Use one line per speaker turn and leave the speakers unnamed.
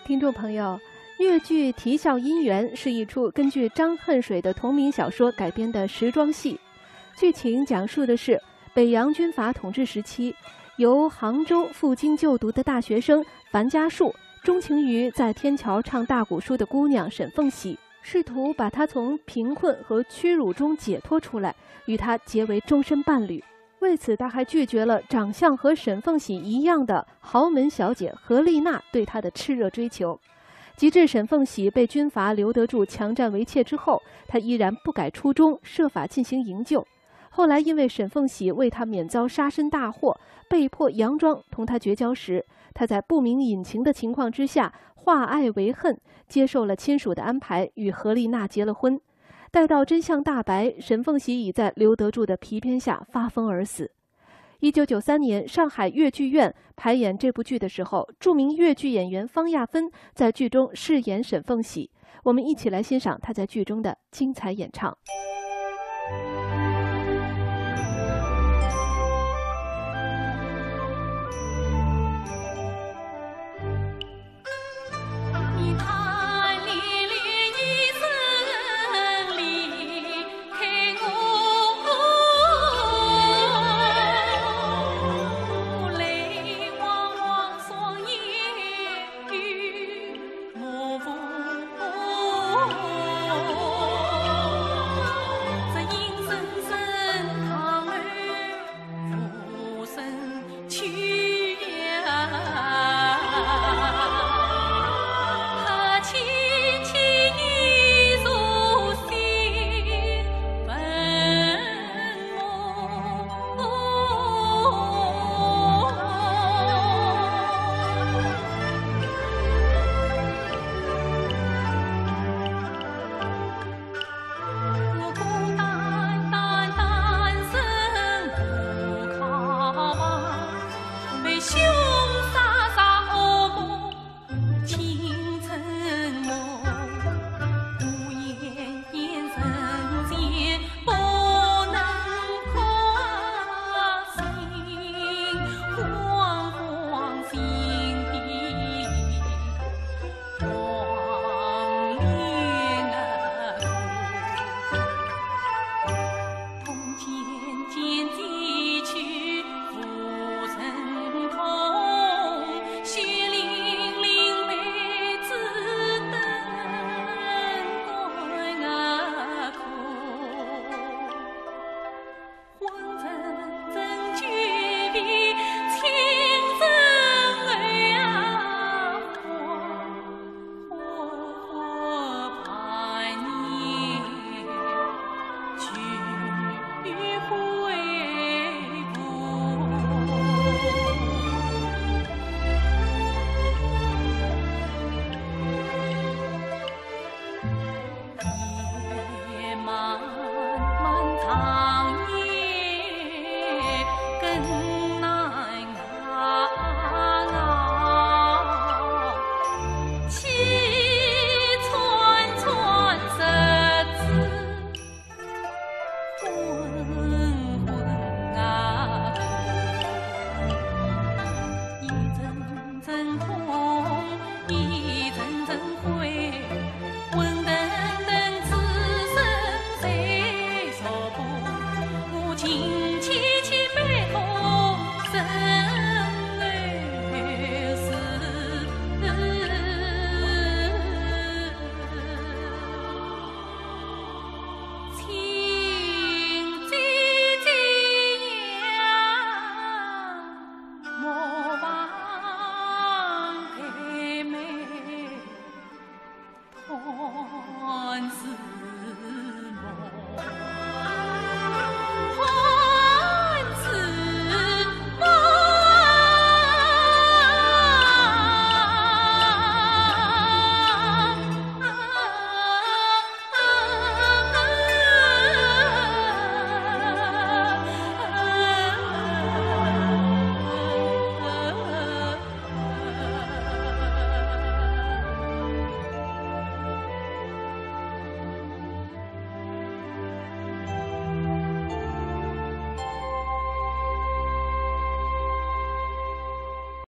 听众朋友，越剧《啼笑姻缘》是一出根据张恨水的同名小说改编的时装戏。剧情讲述的是北洋军阀统治时期，由杭州赴京就读的大学生樊家树钟情于在天桥唱大鼓书的姑娘沈凤喜，试图把她从贫困和屈辱中解脱出来，与她结为终身伴侣。为此，他还拒绝了长相和沈凤喜一样的豪门小姐何丽娜对他的炽热追求。及至沈凤喜被军阀刘德柱强占为妾之后，他依然不改初衷，设法进行营救。后来因为沈凤喜为他免遭杀身大祸，被迫佯装同他绝交时，他在不明隐情的情况之下化爱为恨，接受了亲属的安排，与何丽娜结了婚。待到真相大白，沈凤喜已在刘德柱的皮鞭下发疯而死。1993年，上海越剧院排演这部剧的时候，著名越剧演员方亚芬在剧中饰演沈凤喜。我们一起来欣赏她在剧中的精彩演唱。